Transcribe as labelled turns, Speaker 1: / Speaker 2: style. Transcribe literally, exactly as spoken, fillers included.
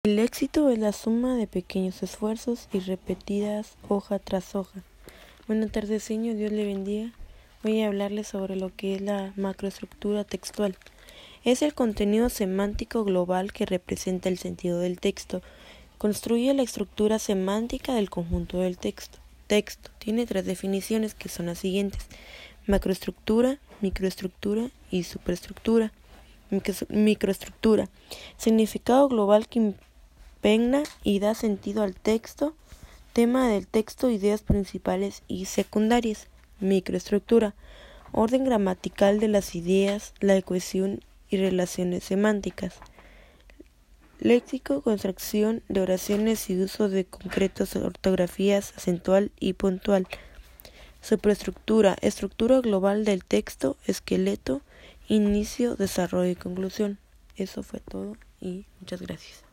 Speaker 1: El éxito es la suma de pequeños esfuerzos y repetidas hoja tras hoja. Buenas tardes, señor. Dios le bendiga. Voy a hablarles sobre lo que es la macroestructura textual. Es el contenido semántico global que representa el sentido del texto. Construye la estructura semántica del conjunto del texto. Texto tiene tres definiciones que son las siguientes: macroestructura, microestructura y superestructura. Microestructura: significado global que impregna y da sentido al texto. Tema del texto: ideas principales y secundarias. Microestructura: orden gramatical de las ideas, la cohesión y relaciones semánticas. Léxico: construcción de oraciones y uso de concretos, ortografías acentual y puntual. Superestructura: estructura global del texto, esqueleto, inicio, desarrollo y conclusión. Eso fue todo y muchas gracias.